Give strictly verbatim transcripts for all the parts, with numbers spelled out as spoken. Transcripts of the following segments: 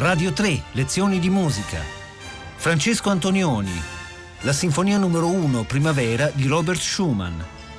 Radio tre, lezioni di musica. Francesco Antonioni, la Sinfonia numero uno Primavera di Robert Schumann.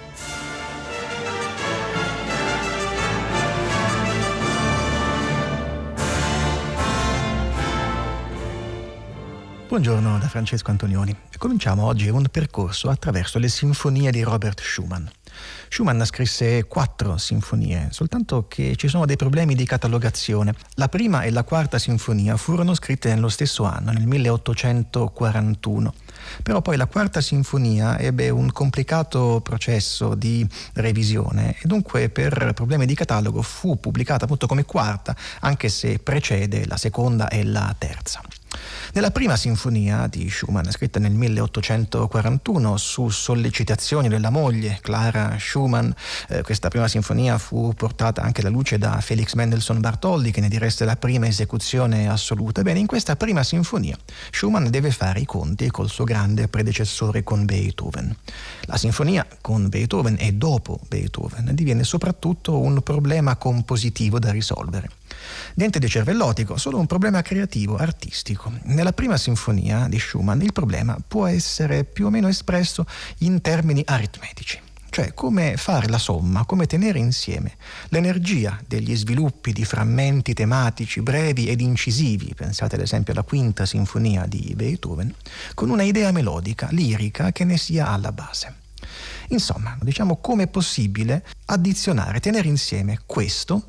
Buongiorno da Francesco Antonioni. Cominciamo oggi un percorso attraverso le sinfonie di Robert Schumann. Schumann scrisse quattro sinfonie, soltanto che ci sono dei problemi di catalogazione. La prima e la quarta sinfonia furono scritte nello stesso anno, nel milleottocentoquarantuno. Però poi la quarta sinfonia ebbe un complicato processo di revisione e dunque per problemi di catalogo fu pubblicata appunto come quarta, anche se precede la seconda e la terza. Nella prima sinfonia di Schumann, scritta nel milleottocentoquarantuno su sollecitazioni della moglie Clara Schumann, eh, questa prima sinfonia fu portata anche alla luce da Felix Mendelssohn Bartholdy, che ne diresse la prima esecuzione assoluta. Bene, in questa prima sinfonia Schumann deve fare i conti col suo grande predecessore, con Beethoven. La sinfonia con Beethoven e dopo Beethoven diviene soprattutto un problema compositivo da risolvere. Niente di cervellotico, solo un problema creativo, artistico. Nella prima sinfonia di Schumann il problema può essere più o meno espresso in termini aritmetici, cioè come fare la somma, come tenere insieme l'energia degli sviluppi di frammenti tematici brevi ed incisivi, pensate ad esempio alla quinta sinfonia di Beethoven, con una idea melodica, lirica che ne sia alla base. Insomma, diciamo come è possibile addizionare, tenere insieme questo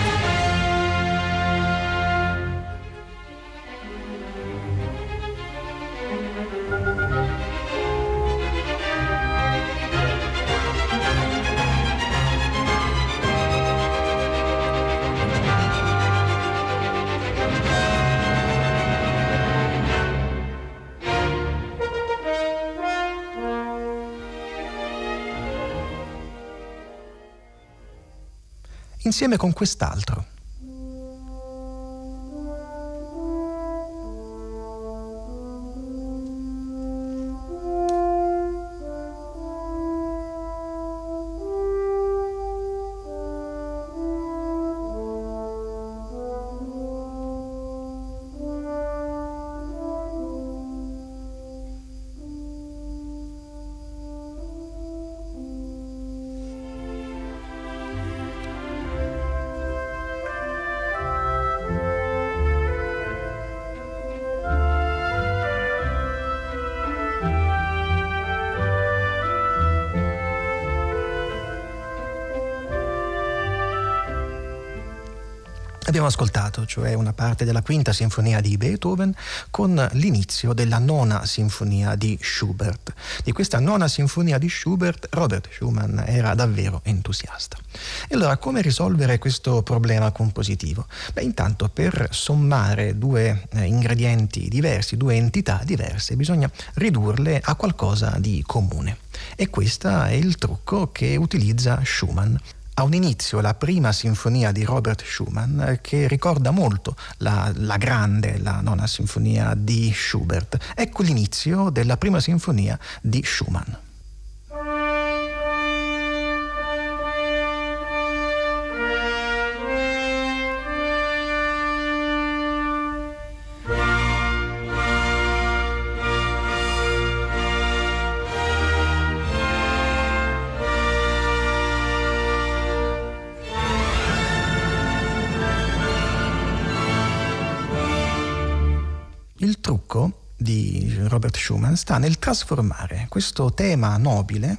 insieme con quest'altro. Abbiamo ascoltato, cioè una parte della quinta sinfonia di Beethoven con l'inizio della nona sinfonia di Schubert. Di questa nona sinfonia di Schubert Robert Schumann era davvero entusiasta. E allora come risolvere questo problema compositivo? Beh, intanto per sommare due eh, ingredienti diversi, due entità diverse, bisogna ridurle a qualcosa di comune. E questo è il trucco che utilizza Schumann. Ha un inizio la prima sinfonia di Robert Schumann che ricorda molto la, la grande, la nona sinfonia di Schubert. Ecco l'inizio della prima sinfonia di Schumann. Il trucco di Robert Schumann sta nel trasformare questo tema nobile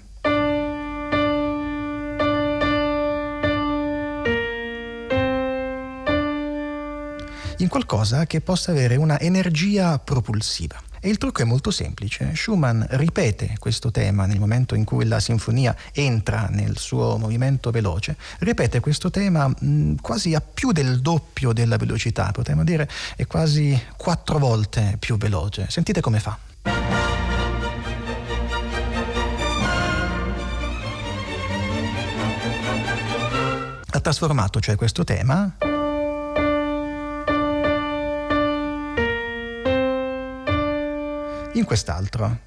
in qualcosa che possa avere una energia propulsiva. E il trucco è molto semplice. Schumann ripete questo tema nel momento in cui la sinfonia entra nel suo movimento veloce, ripete questo tema mh, quasi a più del doppio della velocità, potremmo dire è quasi quattro volte più veloce. Sentite come fa. Ha trasformato cioè questo tema in quest'altro.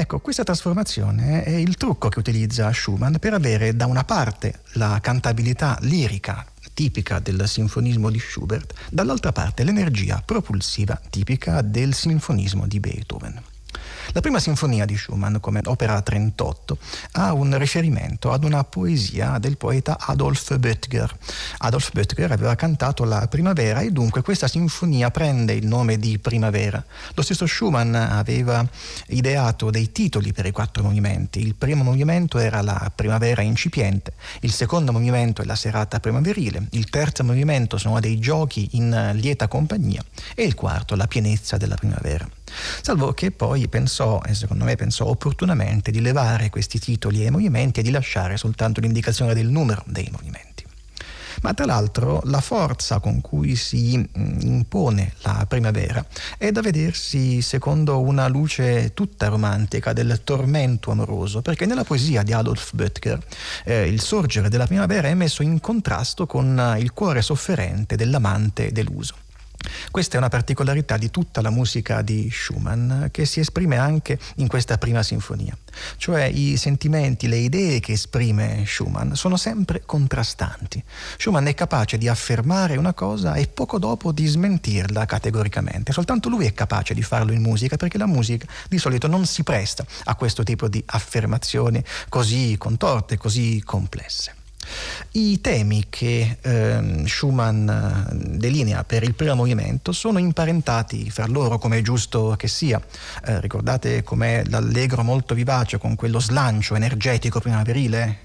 Ecco, questa trasformazione è il trucco che utilizza Schumann per avere da una parte la cantabilità lirica tipica del sinfonismo di Schubert, dall'altra parte l'energia propulsiva tipica del sinfonismo di Beethoven. La prima sinfonia di Schumann, come opera trentotto, ha un riferimento ad una poesia del poeta Adolf Böttger. Adolf Böttger aveva cantato la Primavera e dunque questa sinfonia prende il nome di Primavera. Lo stesso Schumann aveva ideato dei titoli per i quattro movimenti. Il primo movimento era la Primavera incipiente, il secondo movimento è la Serata primaverile, il terzo movimento sono dei giochi in lieta compagnia e il quarto la pienezza della primavera. Salvo che poi pensò, e secondo me pensò opportunamente, di levare questi titoli e movimenti e di lasciare soltanto l'indicazione del numero dei movimenti. Ma tra l'altro la forza con cui si impone la primavera è da vedersi secondo una luce tutta romantica del tormento amoroso, perché nella poesia di Adolf Böttger eh, il sorgere della primavera è messo in contrasto con il cuore sofferente dell'amante deluso. Questa è una particolarità di tutta la musica di Schumann che si esprime anche in questa prima sinfonia, cioè i sentimenti, le idee che esprime Schumann sono sempre contrastanti. Schumann è capace di affermare una cosa e poco dopo di smentirla categoricamente. Soltanto lui è capace di farlo in musica, perché la musica di solito non si presta a questo tipo di affermazioni così contorte, così complesse. I temi che eh, Schumann delinea per il primo movimento sono imparentati fra loro, come è giusto che sia. Eh, ricordate com'è l'allegro molto vivace con quello slancio energetico primaverile?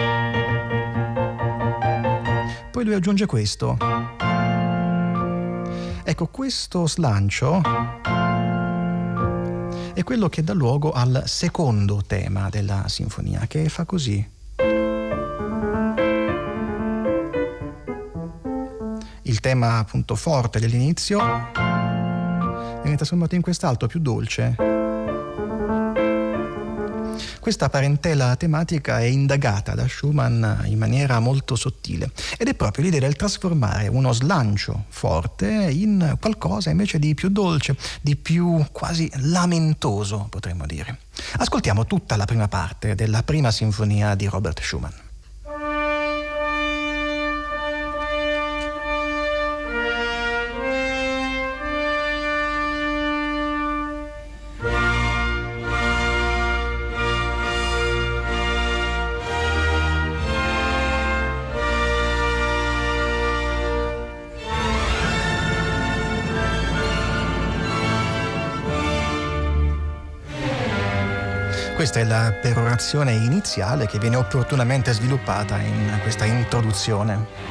Poi lui aggiunge questo. Ecco, questo slancio è quello che dà luogo al secondo tema della sinfonia, che fa così. Il tema appunto forte dell'inizio viene trasformato in quest'altro più dolce. Questa parentela tematica è indagata da Schumann in maniera molto sottile ed è proprio l'idea del trasformare uno slancio forte in qualcosa invece di più dolce, di più quasi lamentoso, potremmo dire. Ascoltiamo tutta la prima parte della prima sinfonia di Robert Schumann. Questa è la perorazione iniziale che viene opportunamente sviluppata in questa introduzione.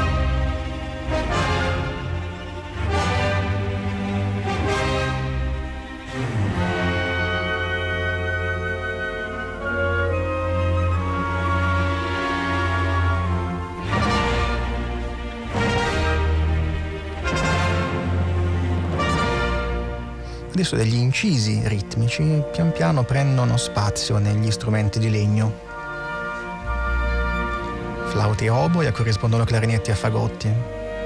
Adesso degli incisi ritmici pian piano prendono spazio negli strumenti di legno. Flauti e oboi a corrispondono clarinetti e fagotti.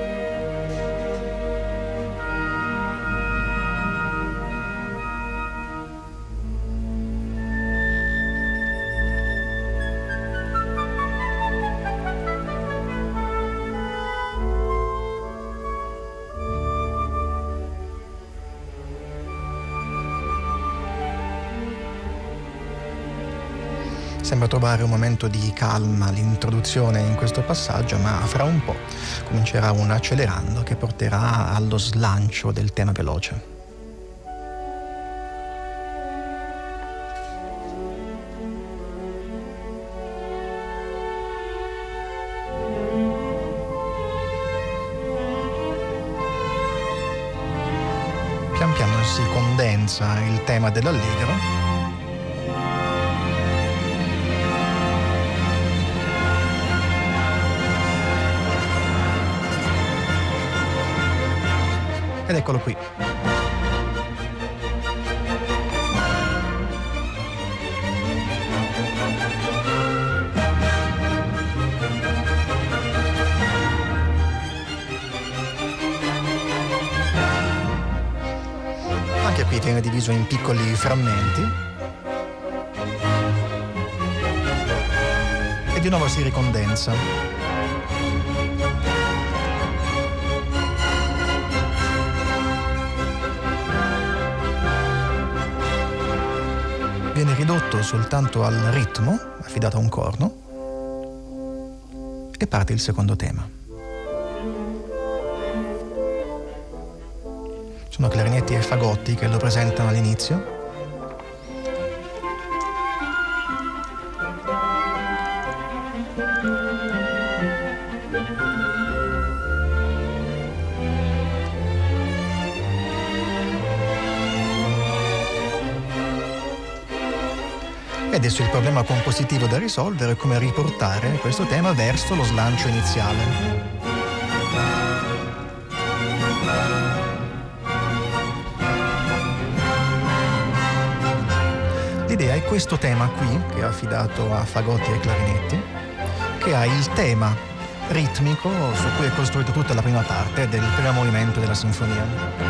Sembra trovare un momento di calma l'introduzione in questo passaggio, ma fra un po' comincerà un accelerando che porterà allo slancio del tema veloce. Pian piano si condensa il tema dell'allegro. Ed eccolo qui. Anche qui viene diviso in piccoli frammenti. e di nuovo si ricondensa. Viene ridotto soltanto al ritmo, affidato a un corno, e parte il secondo tema. Sono clarinetti e fagotti che lo presentano all'inizio. E adesso il problema compositivo da risolvere è come riportare questo tema verso lo slancio iniziale. L'idea è questo tema qui, che è affidato a fagotti e clarinetti, che ha il tema ritmico su cui è costruita tutta la prima parte del primo movimento della sinfonia,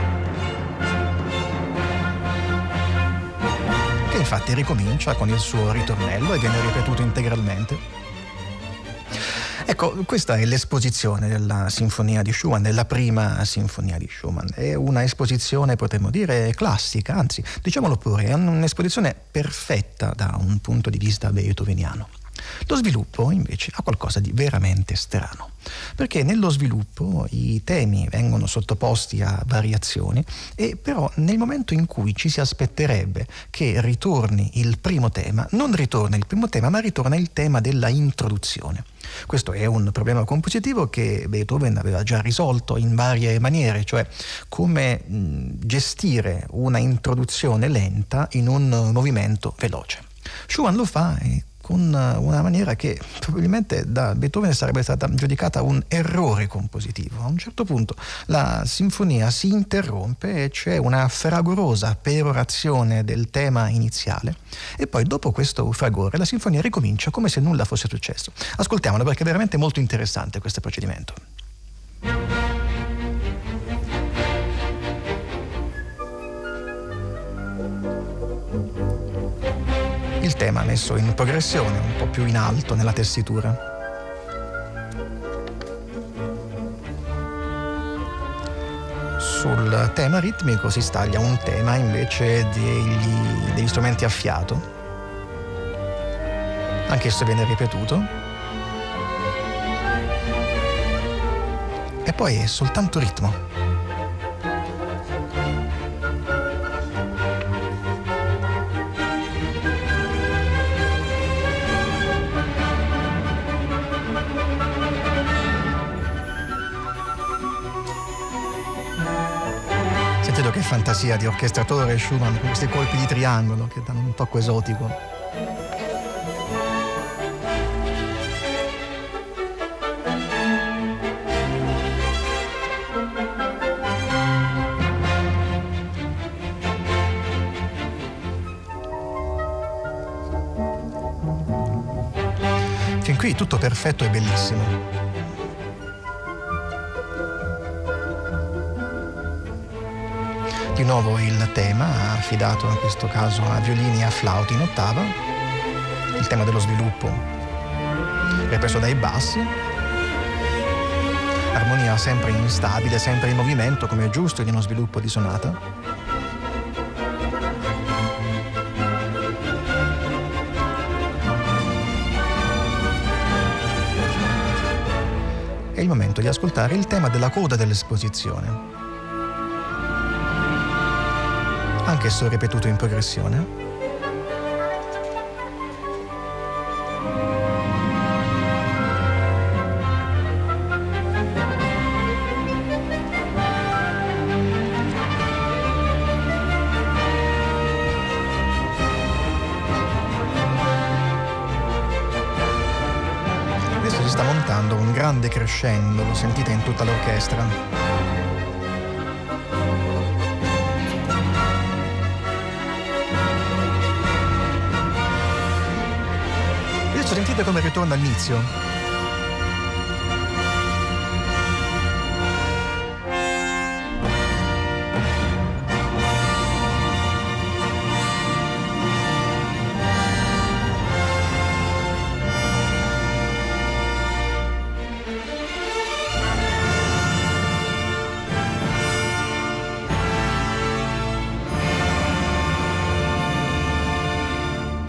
che infatti ricomincia con il suo ritornello e viene ripetuto integralmente. Ecco, questa è l'esposizione della sinfonia di Schumann, della prima sinfonia di Schumann. È una esposizione, potremmo dire, classica, anzi, diciamolo pure, è un'esposizione perfetta da un punto di vista beethoveniano. Lo sviluppo invece ha qualcosa di veramente strano, perché nello sviluppo i temi vengono sottoposti a variazioni e però nel momento in cui ci si aspetterebbe che ritorni il primo tema, non ritorna il primo tema ma ritorna il tema della introduzione. Questo è un problema compositivo che Beethoven aveva già risolto in varie maniere, cioè come mh, gestire una introduzione lenta in un movimento veloce. Schumann lo fa e con una maniera che probabilmente da Beethoven sarebbe stata giudicata un errore compositivo. A un certo punto la sinfonia si interrompe e c'è una fragorosa perorazione del tema iniziale e poi dopo questo fragore la sinfonia ricomincia come se nulla fosse successo. Ascoltiamolo perché è veramente molto interessante questo procedimento. Il tema messo in progressione, un po' più in alto nella tessitura. Sul tema ritmico si staglia un tema invece degli, degli strumenti a fiato. Anch'esso viene ripetuto. E poi è soltanto ritmo. Che fantasia di orchestratore Schumann con questi colpi di triangolo che danno un tocco esotico. Fin qui tutto perfetto e bellissimo. Di nuovo il tema, affidato in questo caso a violini e a flauti in ottava, il tema dello sviluppo, ripreso dai bassi, armonia sempre instabile, sempre in movimento, come è giusto in uno sviluppo di sonata. È il momento di ascoltare il tema della coda dell'esposizione. Anch'esso ripetuto in progressione. Adesso si sta montando un grande crescendo, lo sentite in tutta l'orchestra. Sentite come ritorna all'inizio.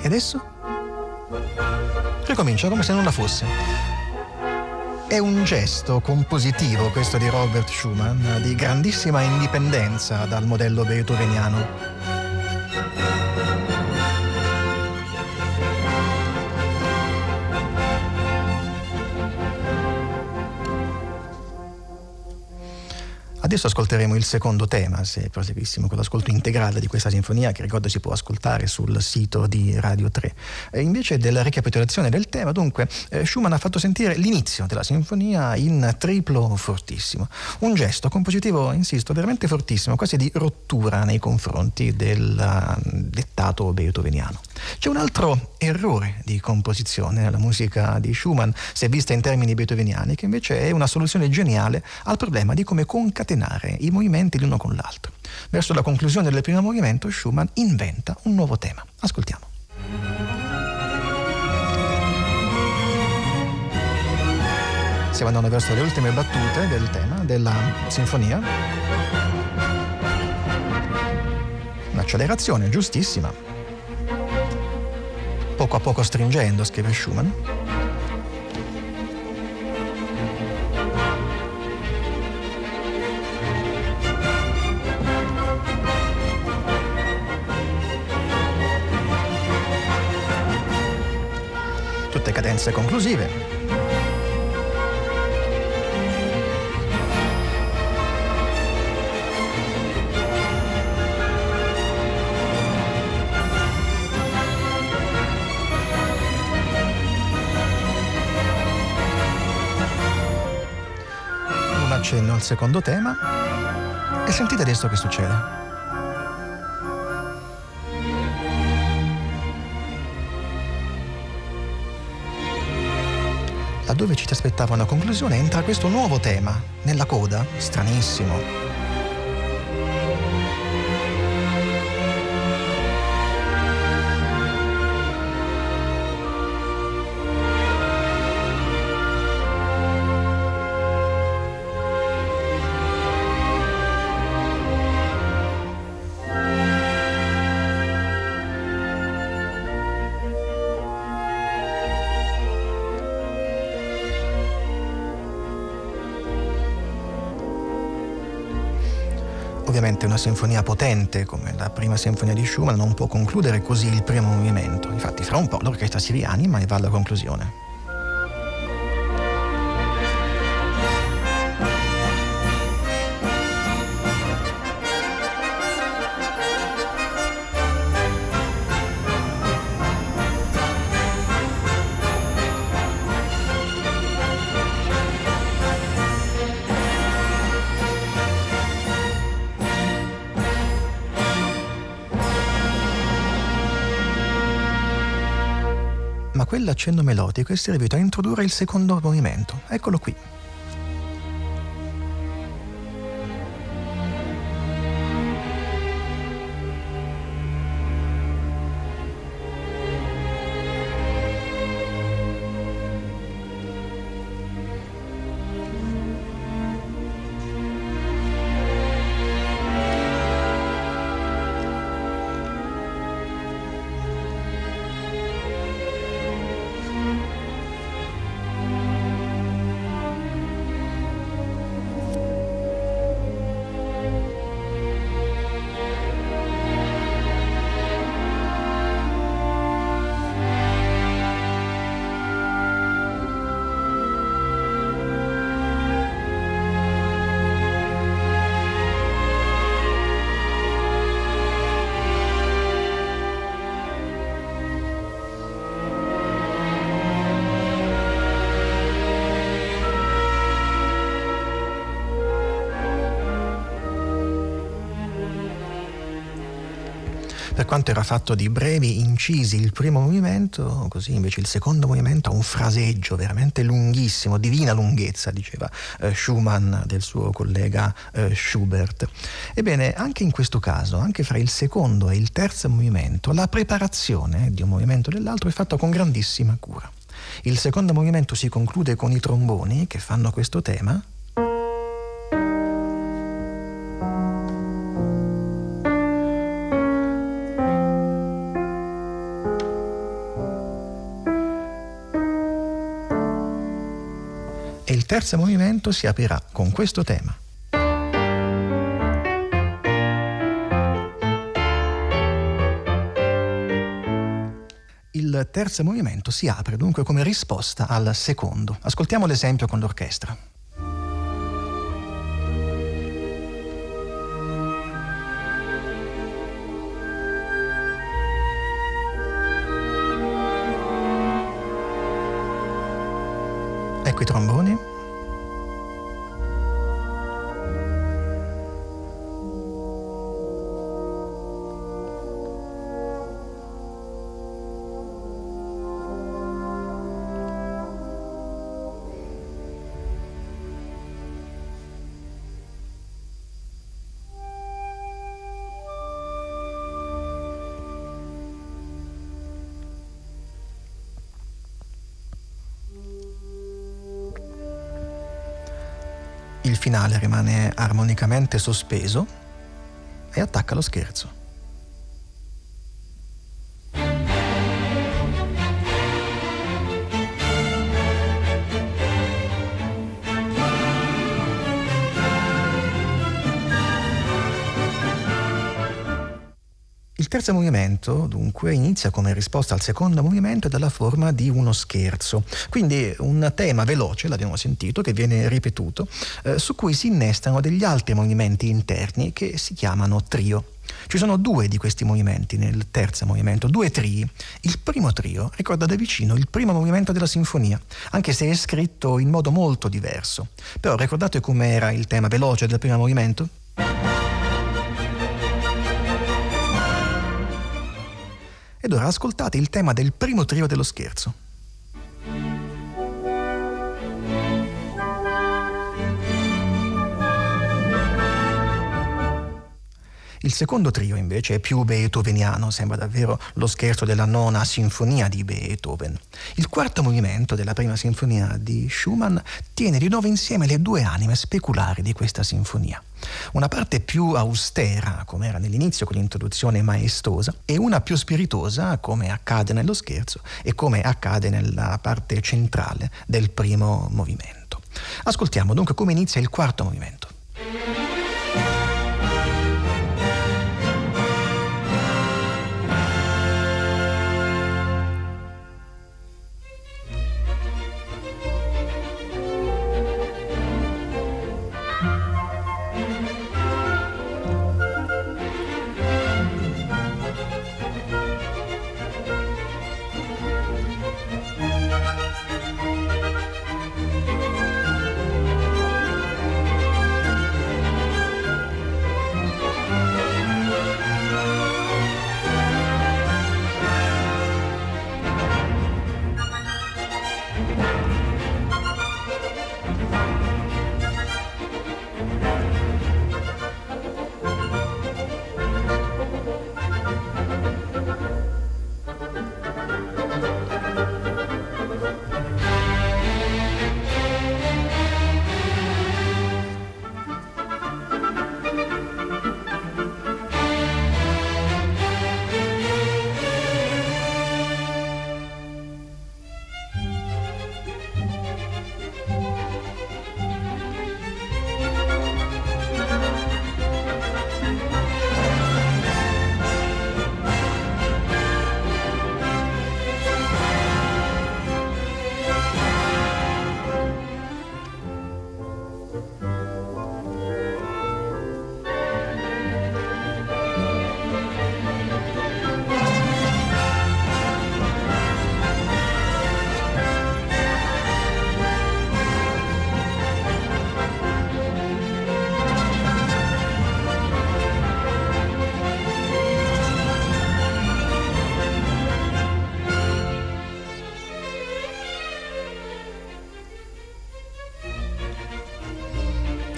E adesso? Ricomincia come se nulla fosse. È un gesto compositivo questo di Robert Schumann, di grandissima indipendenza dal modello beethoveniano. Adesso ascolteremo il secondo tema, se proseguissimo con l'ascolto integrale di questa sinfonia, che ricordo si può ascoltare sul sito di Radio tre. E invece della ricapitolazione del tema, dunque, eh, Schumann ha fatto sentire l'inizio della sinfonia in triplo fortissimo. Un gesto compositivo, insisto, veramente fortissimo, quasi di rottura nei confronti del uh, dettato beethoveniano. C'è un altro errore di composizione nella musica di Schumann, se vista in termini beethoveniani, che invece è una soluzione geniale al problema di come concatenare i movimenti l'uno con l'altro. Verso la conclusione del primo movimento, Schumann inventa un nuovo tema. Ascoltiamo. Stiamo andando verso le ultime battute del tema della sinfonia. Un'accelerazione giustissima, poco a poco stringendo, scrive Schumann. Tutte cadenze conclusive. Un accenno al secondo tema e sentite adesso che succede. Laddove ci si aspettava una conclusione, entra questo nuovo tema nella coda, stranissimo. Ovviamente una sinfonia potente come la prima sinfonia di Schumann non può concludere così il primo movimento. Infatti fra un po' l'orchestra si rianima e va alla conclusione. Ma quell'accenno melodico è servito a introdurre il secondo movimento. Eccolo qui. Per quanto era fatto di brevi incisi il primo movimento, così invece il secondo movimento ha un fraseggio veramente lunghissimo, divina lunghezza, diceva eh, Schumann del suo collega eh, Schubert. Ebbene, anche in questo caso, anche fra il secondo e il terzo movimento, la preparazione di un movimento e dell'altro è fatta con grandissima cura. Il secondo movimento si conclude con i tromboni che fanno questo tema. terzo movimento si aprirà con questo tema. Il terzo movimento si apre dunque come risposta al secondo. Ascoltiamo l'esempio con l'orchestra. Ecco i tromboni. Il finale rimane armonicamente sospeso e attacca lo scherzo. Il terzo movimento, dunque, inizia come risposta al secondo movimento dalla forma di uno scherzo. Quindi un tema veloce, l'abbiamo sentito, che viene ripetuto, eh, su cui si innestano degli altri movimenti interni che si chiamano trio. Ci sono due di questi movimenti nel terzo movimento, due trii. Il primo trio ricorda da vicino il primo movimento della sinfonia, anche se è scritto in modo molto diverso. Però ricordate com'era il tema veloce del primo movimento? Ed ora ascoltate il tema del primo trio dello scherzo. Il secondo trio invece è più beethoveniano, sembra davvero lo scherzo della nona sinfonia di Beethoven. Il quarto movimento della prima sinfonia di Schumann tiene di nuovo insieme le due anime speculari di questa sinfonia. Una parte più austera, come era nell'inizio con l'introduzione maestosa, e una più spiritosa, come accade nello scherzo e come accade nella parte centrale del primo movimento. Ascoltiamo dunque come inizia il quarto movimento.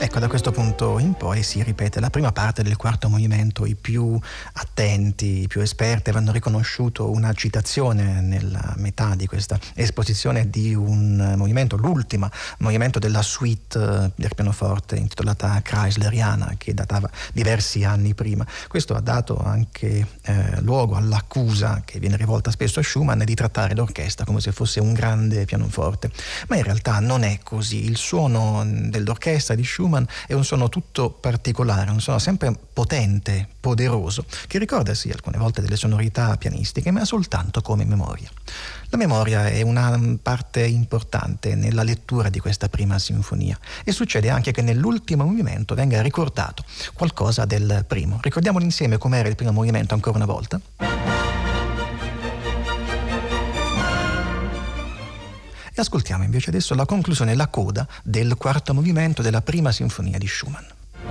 Ecco, da questo punto in poi si ripete la prima parte del quarto movimento. I più attenti, i più esperti avranno riconosciuto una citazione nella metà di questa esposizione di un movimento, l'ultimo movimento della suite del pianoforte intitolata Chrysleriana, che datava diversi anni prima. Questo ha dato anche eh, luogo all'accusa che viene rivolta spesso a Schumann di trattare l'orchestra come se fosse un grande pianoforte, ma in realtà non è così. Il suono dell'orchestra di Schumann è un suono tutto particolare, un suono sempre potente, poderoso, che ricorda sì alcune volte delle sonorità pianistiche, ma soltanto come memoria. La memoria è una parte importante nella lettura di questa prima sinfonia e succede anche che nell'ultimo movimento venga ricordato qualcosa del primo. Ricordiamolo insieme com'era il primo movimento ancora una volta. E ascoltiamo invece adesso la conclusione, la coda del quarto movimento della prima sinfonia di Schumann.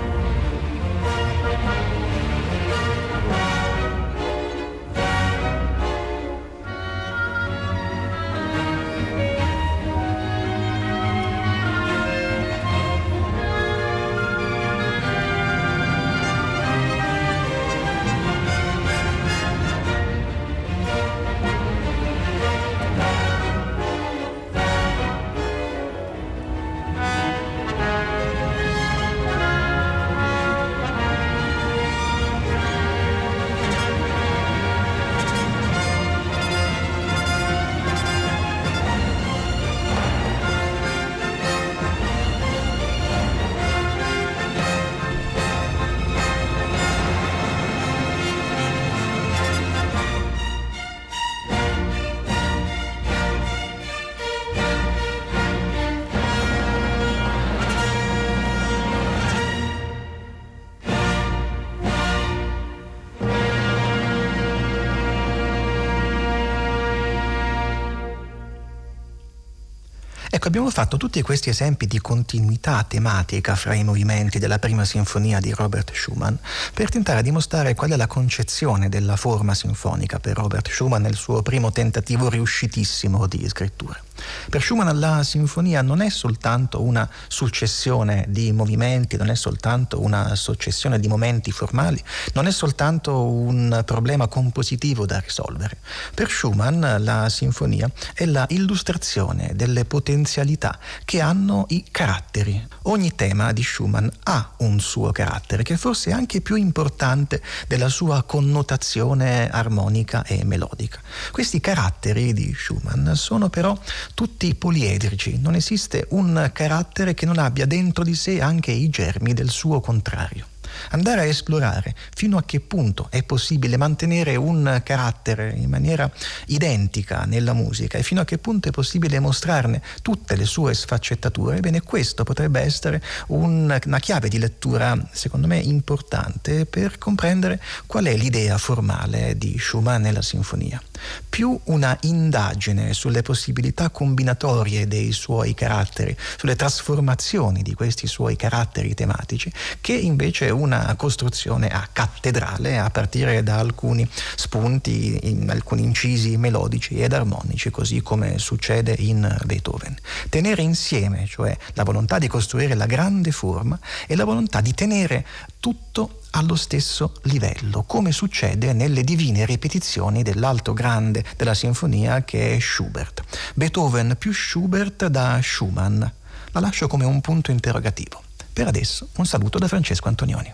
Ecco, abbiamo fatto tutti questi esempi di continuità tematica fra i movimenti della prima sinfonia di Robert Schumann per tentare di mostrare qual è la concezione della forma sinfonica per Robert Schumann nel suo primo tentativo riuscitissimo di scrittura. Per Schumann la sinfonia non è soltanto una successione di movimenti, non è soltanto una successione di momenti formali, non è soltanto un problema compositivo da risolvere. Per Schumann la sinfonia è la illustrazione delle potenzialità che hanno i caratteri. Ogni tema di Schumann ha un suo carattere che forse è anche più importante della sua connotazione armonica e melodica. Questi caratteri di Schumann sono però tutti poliedrici, non esiste un carattere che non abbia dentro di sé anche i germi del suo contrario. Andare a esplorare fino a che punto è possibile mantenere un carattere in maniera identica nella musica e fino a che punto è possibile mostrarne tutte le sue sfaccettature, ebbene questo potrebbe essere un, una chiave di lettura secondo me importante per comprendere qual è l'idea formale di Schumann nella sinfonia. Più una indagine sulle possibilità combinatorie dei suoi caratteri, sulle trasformazioni di questi suoi caratteri tematici, che invece una costruzione a cattedrale a partire da alcuni spunti, in alcuni incisi melodici ed armonici, così come succede in Beethoven. Tenere insieme, cioè la volontà di costruire la grande forma e la volontà di tenere tutto allo stesso livello, come succede nelle divine ripetizioni dell'altro grande della sinfonia che è Schubert. Beethoven più Schubert da Schumann. La lascio come un punto interrogativo. Per adesso un saluto da Francesco Antonioni.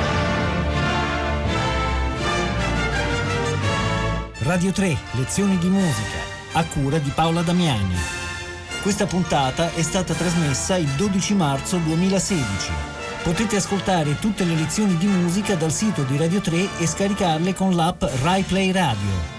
Radio tre, lezioni di musica, a cura di Paola Damiani. Questa puntata è stata trasmessa il dodici marzo duemilasedici. Potete ascoltare tutte le lezioni di musica dal sito di Radio tre e scaricarle con l'app Rai Play Radio.